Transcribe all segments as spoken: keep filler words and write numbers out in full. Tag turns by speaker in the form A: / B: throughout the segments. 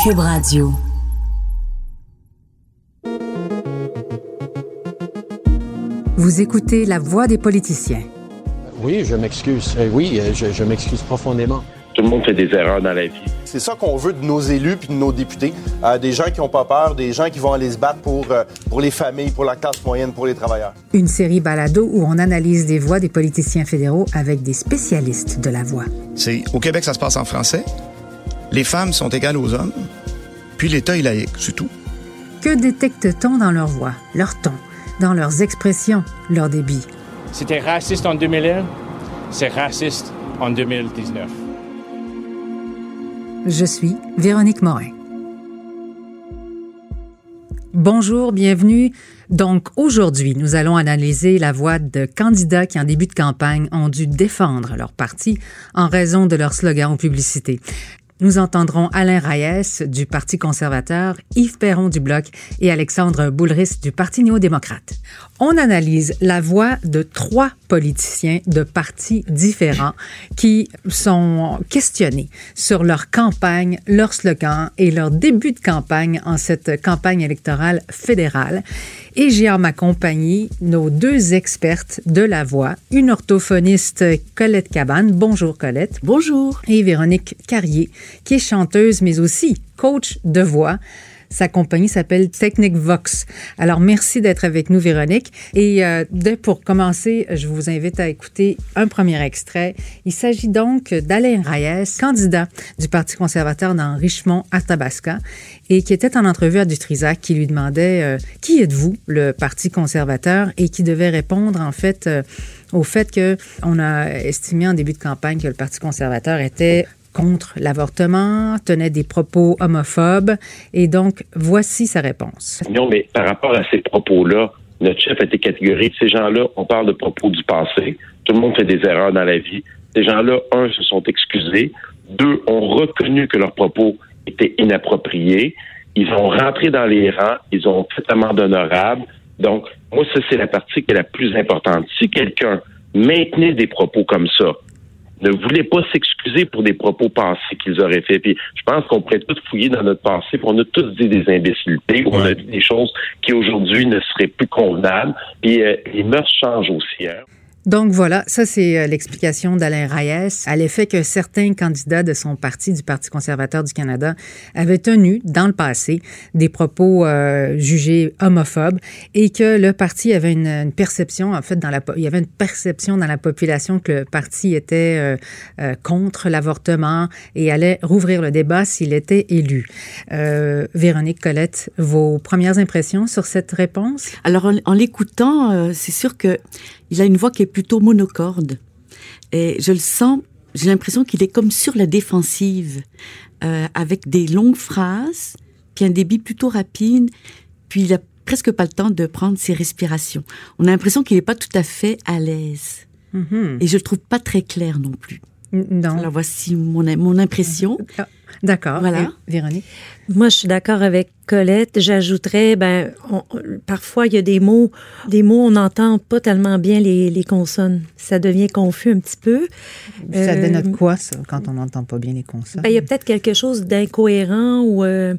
A: Cube Radio. Vous écoutez La Voix des politiciens.
B: Oui, je m'excuse. Oui, je, je m'excuse profondément.
C: Tout le monde fait des erreurs dans la vie.
D: C'est ça qu'on veut de nos élus puis de nos députés. Euh, des gens qui n'ont pas peur, des gens qui vont aller se battre pour, euh, pour les familles, pour la classe moyenne, pour les travailleurs.
A: Une série balado où on analyse les voix des politiciens fédéraux avec des spécialistes de la voix.
E: C'est, au Québec, ça se passe en français. Les femmes sont égales aux hommes. Puis l'État est laïque, c'est tout.
A: Que détecte-t-on dans leur voix, leur ton, dans leurs expressions, leur débit?
F: C'était raciste en deux mille un, c'est raciste en deux mille dix-neuf.
A: Je suis Véronique Morin. Bonjour, bienvenue. Donc, aujourd'hui, nous allons analyser la voix de candidats qui, en début de campagne, ont dû défendre leur parti en raison de leur slogan ou publicité. Nous entendrons Alain Reyes du Parti conservateur, Yves Perron du Bloc et Alexandre Boulris du Parti néo-démocrate. On analyse la voix de trois politiciens de partis différents qui sont questionnés sur leur campagne, leur slogan et leur début de campagne en cette campagne électorale fédérale. Et j'ai en ma compagnie nos deux expertes de la voix, une orthophoniste, Colette Cabane. Bonjour Colette.
G: Bonjour.
A: Et Véronique Carrier, qui est chanteuse, mais aussi coach de voix. Sa compagnie s'appelle Technic Vox. Alors, merci d'être avec nous, Véronique. Et euh, de, pour commencer, je vous invite à écouter un premier extrait. Il s'agit donc d'Alain Reyes, candidat du Parti conservateur dans Richmond-Athabasca, et qui était en entrevue à du Trisac, qui lui demandait euh, « Qui êtes-vous, le Parti conservateur? » et qui devait répondre, en fait, euh, au fait qu'on a estimé en début de campagne que le Parti conservateur était contre l'avortement, tenait des propos homophobes. Et donc, voici sa réponse.
C: Non, mais par rapport à ces propos-là, notre chef a été catégorique. Ces gens-là, on parle de propos du passé. Tout le monde fait des erreurs dans la vie. Ces gens-là, un, se sont excusés. Deux, ont reconnu que leurs propos étaient inappropriés. Ils ont rentré dans les rangs. Ils ont fait amende honorable. Donc, moi, ça, c'est la partie qui est la plus importante. Si quelqu'un maintenait des propos comme ça, ne voulait pas s'excuser pour des propos passés qu'ils auraient faits. Puis je pense qu'on pourrait tous fouiller dans notre passé, puis on a tous dit des imbécilités, on a dit des choses qui aujourd'hui ne seraient plus convenables. Puis euh, les mœurs changent aussi. Hein.
A: Donc voilà, ça c'est euh, l'explication d'Alain Reyes à l'effet que certains candidats de son parti, du Parti conservateur du Canada, avaient tenu dans le passé des propos euh, jugés homophobes et que le parti avait une, une perception, en fait, dans la, il y avait une perception dans la population que le parti était euh, euh, contre l'avortement et allait rouvrir le débat s'il était élu. Euh, Véronique, Colette, vos premières impressions sur cette réponse?
G: Alors en, en l'écoutant, euh, c'est sûr que il a une voix qui est plutôt monocorde. Et je le sens, j'ai l'impression qu'il est comme sur la défensive, euh, avec des longues phrases, puis un débit plutôt rapide, puis il a presque pas le temps de prendre ses respirations. On a l'impression qu'il n'est pas tout à fait à l'aise. Mm-hmm. Et je le trouve pas très clair non plus.
A: Non.
G: Alors voici mon, mon impression.
A: D'accord.
G: Voilà.
A: Et Véronique?
H: Moi, je suis d'accord avec Colette. J'ajouterais, ben, on, parfois, il y a des mots, des mots, on n'entend pas tellement bien les, les consonnes. Ça devient confus un petit peu.
A: Ça
H: euh,
A: dénote quoi, ça, quand on n'entend pas bien les consonnes?
H: Ben, il y a peut-être quelque chose d'incohérent ou... Euh,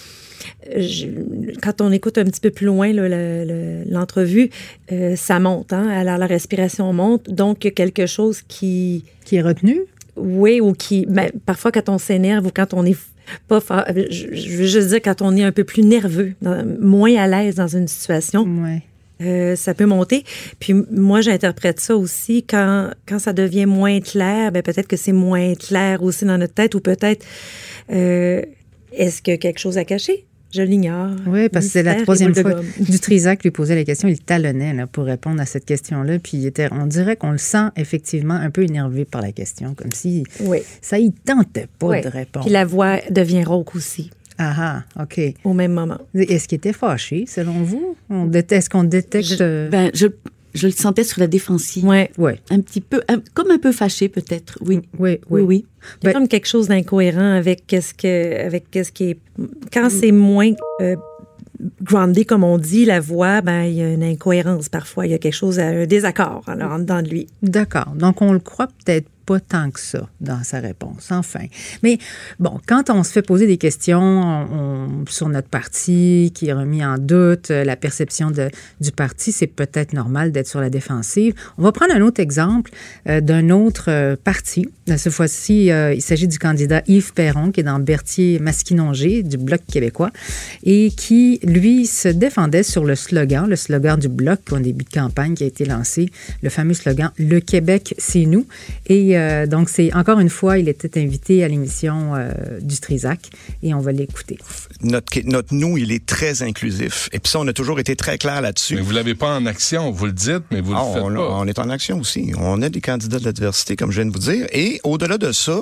H: Je, quand on écoute un petit peu plus loin là, le, le, l'entrevue, euh, ça monte. Hein? Alors, la respiration monte. Donc, il y a quelque chose qui...
A: Qui est retenu?
H: Oui, ou qui... Ben, parfois, quand on s'énerve ou quand on est pas... Je, je veux juste dire, quand on est un peu plus nerveux, dans, moins à l'aise dans une situation,
A: ouais.
H: euh, ça peut monter. Puis moi, j'interprète ça aussi. Quand, quand ça devient moins clair, ben, peut-être que c'est moins clair aussi dans notre tête ou peut-être... Euh, est-ce qu'il y a quelque chose à cacher? Je l'ignore.
A: Oui, parce que c'est la troisième fois. Du Trisac lui posait la question, il talonnait là, pour répondre à cette question-là. Puis il était, on dirait qu'on le sent effectivement un peu énervé par la question, comme si
H: oui.
A: ça y tentait pas
H: oui.
A: de répondre.
H: Puis la voix devient rauque aussi.
A: Ah ah, OK.
H: Au même moment.
A: Est-ce qu'il était fâché, selon vous? On détecte, est-ce qu'on détecte...
G: Je, ben, je, je le sentais sur la défensive.
H: Oui.
A: Ouais.
G: Un petit peu, un, comme un peu fâché peut-être, oui.
A: Oui,
G: oui. oui, oui.
H: Il y a
A: ben,
H: comme quelque chose d'incohérent avec qu'est-ce que, avec qu'est-ce qui est... Quand c'est moins... Euh, groundé, comme on dit, la voix, ben il y a une incohérence parfois. Il y a quelque chose, un désaccord alors, en dedans de lui.
A: D'accord. Donc, on le croit peut-être pas tant que ça dans sa réponse, enfin. Mais bon, quand on se fait poser des questions on, on, sur notre parti qui est remis en doute, la perception de, du parti, c'est peut-être normal d'être sur la défensive. On va prendre un autre exemple euh, d'un autre euh, parti. Cette fois-ci, euh, il s'agit du candidat Yves Perron, qui est dans Berthier-Masquinongé, du Bloc québécois, et qui, lui, se défendait sur le slogan, le slogan du Bloc au début de campagne qui a été lancé, le fameux slogan « Le Québec, c'est nous ». Et euh, donc, c'est encore une fois, il était invité à l'émission euh, du Trisac et on va l'écouter.
E: Notre, notre nous, il est très inclusif. Et puis ça, on a toujours été très clair là-dessus.
I: Mais vous l'avez pas en action, vous le dites, mais vous
E: ah,
I: le faites
E: on,
I: pas.
E: On est en action aussi. On a des candidats de la diversité, comme je viens de vous dire. Et au-delà de ça,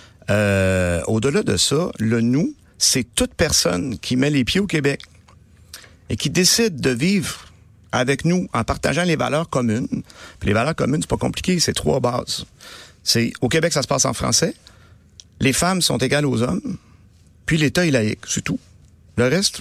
E: euh, au-delà de ça, le nous, c'est toute personne qui met les pieds au Québec et qui décide de vivre avec nous en partageant les valeurs communes. Puis les valeurs communes, c'est pas compliqué, c'est trois bases. C'est au Québec, ça se passe en français. Les femmes sont égales aux hommes. Puis l'État est laïque, c'est tout. Le reste.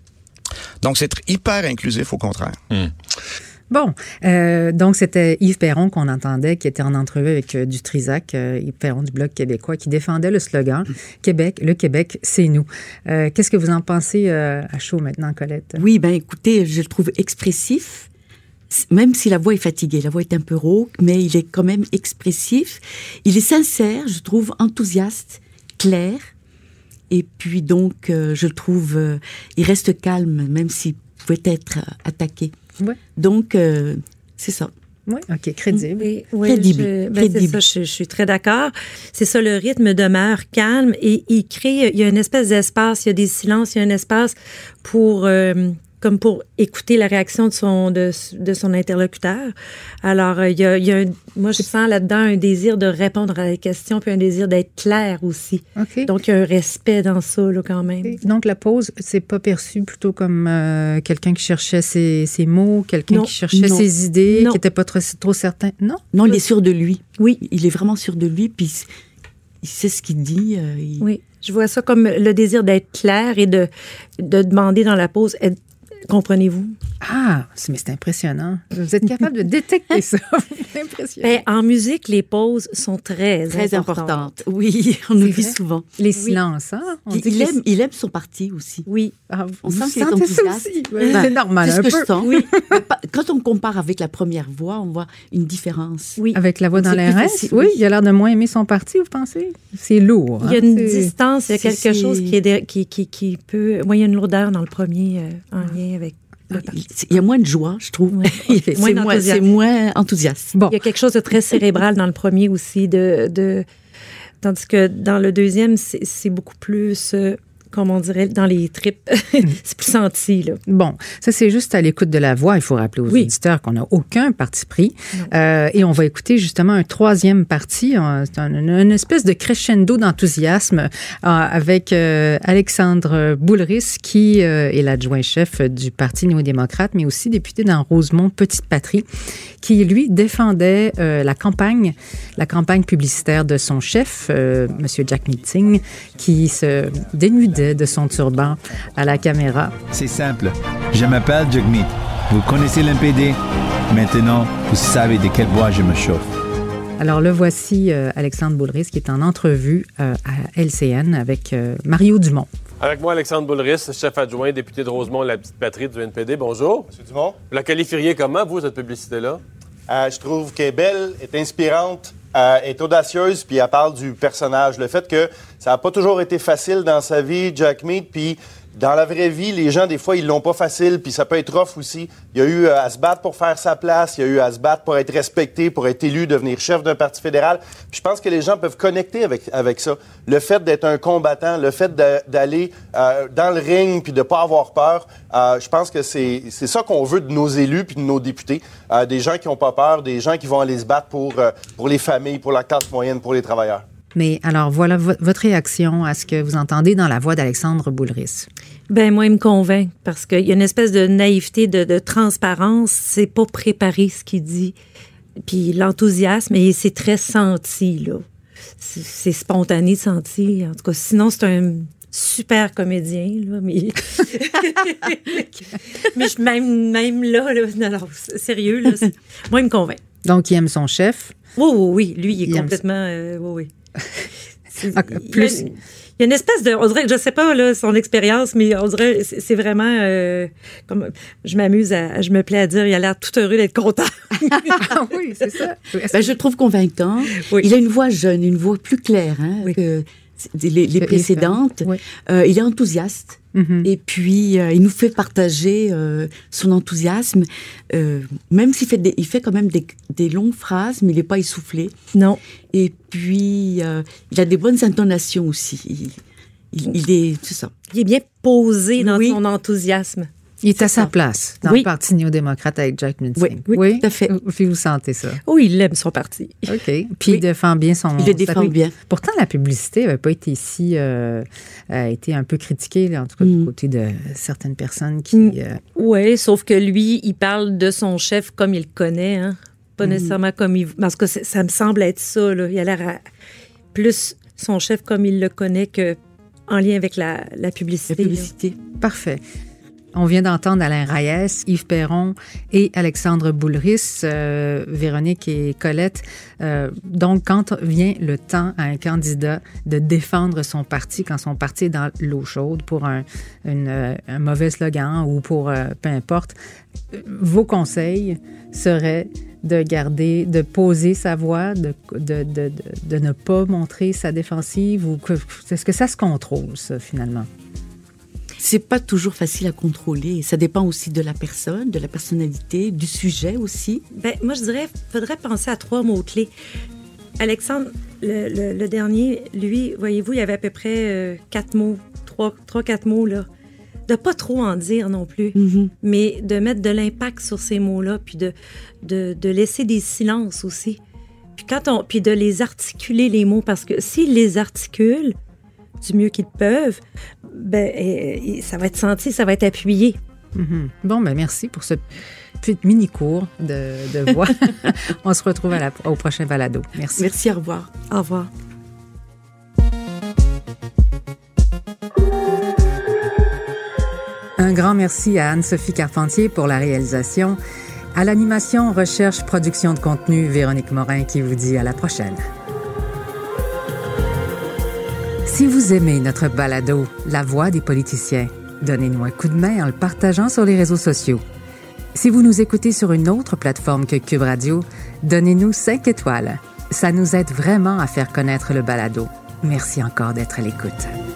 E: Donc c'est hyper inclusif au contraire.
I: Mmh.
A: Bon, euh, donc c'était Yves Perron qu'on entendait, qui était en entrevue avec euh, du Trisac, euh, Yves Perron du Bloc québécois, qui défendait le slogan « Québec, le Québec, c'est nous euh, ». Qu'est-ce que vous en pensez euh, à chaud maintenant, Colette?
G: Oui, ben écoutez, je le trouve expressif, même si la voix est fatiguée. La voix est un peu rauque, mais il est quand même expressif. Il est sincère, je trouve, enthousiaste, clair. Et puis donc, euh, je le trouve, euh, il reste calme, même s'il pouvait être euh, attaqué.
A: Ouais.
G: Donc, euh, c'est ça.
A: Oui, OK, crédible.
H: Oui, oui,
G: crédible.
H: Je, ben
G: crédible.
H: C'est ça, je, je suis très d'accord. C'est ça, le rythme demeure calme et il crée, il y a une espèce d'espace, il y a des silences, il y a un espace pour... Euh, comme pour écouter la réaction de son de, de son interlocuteur. Alors, il y a, il y a un, moi, je sens là-dedans un désir de répondre à la question, puis un désir d'être clair aussi.
A: Okay.
H: Donc, il y a un respect dans ça, là, quand même.
A: Okay. Donc, la pause, c'est pas perçu plutôt comme euh, quelqu'un qui cherchait ses, ses mots, quelqu'un
G: non,
A: qui cherchait
G: non,
A: ses idées,
G: non.
A: qui n'était pas trop, trop certain? Non?
G: Non, il est sûr de lui.
H: Oui.
G: Il est vraiment sûr de lui, puis il sait ce qu'il dit. Euh, il...
H: Oui, je vois ça comme le désir d'être clair et de, de demander dans la pause, comprenez-vous?
A: Ah, mais c'est impressionnant. Vous êtes capable de détecter ça. C'est impressionnant.
H: Ben, en musique, les pauses sont très,
G: très importantes. importantes. Oui, on
A: c'est
G: oublie
A: vrai.
G: souvent.
A: Les silences, hein? On
G: il,
A: dit
G: il, aime,
A: les...
G: il aime son parti aussi.
H: Oui.
A: Ah,
G: on
A: vous
G: sent qu'il est
A: enthousiaste. Aussi. Oui,
G: ben,
A: c'est normal.
G: C'est ce
A: un
G: que
A: peu.
G: je sens.
H: Oui.
G: Quand on compare avec la première voix, on voit une différence.
H: Oui.
A: Avec la voix dans l'air, oui,
G: oui,
A: il a l'air de moins aimer son parti, vous pensez? C'est lourd.
H: Il y a
A: hein?
H: une
A: c'est...
H: distance, il y a quelque
G: c'est...
H: chose qui, est de, qui, qui, qui peut... Moi, il y a une lourdeur dans le premier euh, en lien avec...
G: Il y a moins de joie, je trouve.
H: Ouais. Okay.
G: c'est, moins, c'est moins enthousiaste.
A: Bon.
H: Il y a quelque chose de très cérébral dans le premier aussi, de, de... tandis que dans le deuxième, c'est, c'est beaucoup plus... Euh, comme on dirait, dans les tripes. C'est plus senti, là.
A: Bon, ça, c'est juste à l'écoute de la voix. Il faut rappeler aux
H: oui.
A: auditeurs qu'on n'a aucun parti pris. Euh, et on va écouter justement un troisième parti. C'est un, une espèce de crescendo d'enthousiasme euh, avec euh, Alexandre Boulris, qui euh, est l'adjoint-chef du Parti néo-démocrate, mais aussi député dans Rosemont-Petite-Patrie, qui, lui, défendait euh, la campagne, la campagne publicitaire de son chef, euh, M. Jack Meeting, qui se dénudait de son turban à la caméra.
J: C'est simple. Je m'appelle Jagmeet. Vous connaissez l'N P D. Maintenant, vous savez de quelle bois je me chauffe.
A: Alors le voici, euh, Alexandre Boulris, qui est en entrevue euh, à L C N avec euh, Mario Dumont.
K: Avec moi, Alexandre Boulris, chef adjoint, député de Rosemont-la-Petite-Patrie du N P D. Bonjour.
D: Monsieur Dumont.
K: Vous la qualifieriez comment, vous, cette publicité-là?
D: Euh, je trouve qu'elle est belle, est inspirante, euh, est audacieuse, puis elle parle du personnage. Le fait que ça n'a pas toujours été facile dans sa vie, Jack Mead, puis dans la vraie vie, les gens, des fois, ils l'ont pas facile, puis ça peut être rough aussi. Il y a eu euh, à se battre pour faire sa place, il y a eu à se battre pour être respecté, pour être élu, devenir chef d'un parti fédéral. Puis je pense que les gens peuvent connecter avec, avec ça. Le fait d'être un combattant, le fait de, d'aller euh, dans le ring, puis de pas avoir peur, euh, je pense que c'est, c'est ça qu'on veut de nos élus puis de nos députés. Euh, des gens qui ont pas peur, des gens qui vont aller se battre pour, euh, pour les familles, pour la classe moyenne, pour les travailleurs.
A: Mais alors, voilà vo- votre réaction à ce que vous entendez dans la voix d'Alexandre Boulris.
H: Ben moi, il me convainc parce qu'il y a une espèce de naïveté, de, de transparence. C'est pas préparé ce qu'il dit. Puis l'enthousiasme, et c'est très senti, là. C'est, c'est spontané, senti. En tout cas, sinon, c'est un super comédien, là, mais... mais je, même, même là, là, non, non, sérieux, là, moi, il me convainc.
A: Donc, il aime son chef.
H: Oui, oui, oui. Lui, il est
A: il
H: complètement... Euh, oui, oui.
A: Ah, plus...
H: Il y, a, il y a une espèce de... On dirait que je sais pas là, son expérience, mais on dirait c'est, c'est vraiment... Euh, comme je m'amuse, à, je me plais à dire, il a l'air tout heureux d'être content.
A: Ah oui, c'est ça.
G: Ben, je le trouve convaincant. Oui. Il a une voix jeune, une voix plus claire hein, oui. que les, les précédentes. Oui. Euh, il est enthousiaste. Mm-hmm. Et puis, euh, il nous fait partager euh, son enthousiasme. Euh, même s'il fait, des, il fait quand même des, des longues phrases, mais il n'est pas essoufflé.
H: Non.
G: Et puis, euh, il a des bonnes intonations aussi. Il, il, il est, c'est ça.
H: Il est bien posé dans oui. son enthousiasme.
A: Il est c'est à ça. sa place dans oui. le Parti néo-démocrate avec Jack Meeting.
G: Oui, oui, oui, tout à fait.
A: Puis vous sentez ça?
H: Oui, il aime son parti.
A: OK. Puis oui. il défend bien son...
G: Il le défend bien.
A: Pourtant, la publicité n'avait pas été si... Euh, a été un peu critiquée, là, en tout cas, mm. du côté de certaines personnes qui... Mm. Euh...
H: Oui, sauf que lui, il parle de son chef comme il le connaît, hein? Pas mm. nécessairement comme il... Parce que ça me semble être ça, là. Il a l'air à... plus son chef comme il le connaît que en lien avec la, la publicité.
G: La publicité.
A: Là. Parfait. On vient d'entendre Alain Reyes, Yves Perron et Alexandre Boulris, euh, Véronique et Colette. Euh, donc, quand vient le temps à un candidat de défendre son parti, quand son parti est dans l'eau chaude pour un, une, un mauvais slogan ou pour euh, peu importe, vos conseils seraient de garder, de poser sa voix, de, de, de, de, de ne pas montrer sa défensive ou que, est-ce que ça se contrôle, ça, finalement?
G: C'est pas toujours facile à contrôler. Ça dépend aussi de la personne, de la personnalité, du sujet aussi.
H: Ben, moi, je dirais, faudrait penser à trois mots-clés. Alexandre, le, le, le dernier, lui, voyez-vous, il y avait à peu près euh, quatre mots, trois, trois, quatre mots, là. De pas trop en dire non plus, mm-hmm. mais de mettre de l'impact sur ces mots-là, puis de, de, de laisser des silences aussi. Puis, quand on, puis de les articuler, les mots, parce que s'ils les articulent du mieux qu'ils peuvent, ben, et, et ça va être senti, ça va être appuyé.
A: Mm-hmm. Bon, ben merci pour ce petit mini-cours de, de voix. On se retrouve à la, au prochain balado. Merci.
G: Merci, au revoir.
H: Au revoir.
A: Un grand merci à Anne-Sophie Carpentier pour la réalisation. À l'animation, recherche, production de contenu, Véronique Morin qui vous dit à la prochaine. Si vous aimez notre balado « La voix des politiciens », donnez-nous un coup de main en le partageant sur les réseaux sociaux. Si vous nous écoutez sur une autre plateforme que Cube Radio, donnez-nous cinq étoiles. Ça nous aide vraiment à faire connaître le balado. Merci encore d'être à l'écoute.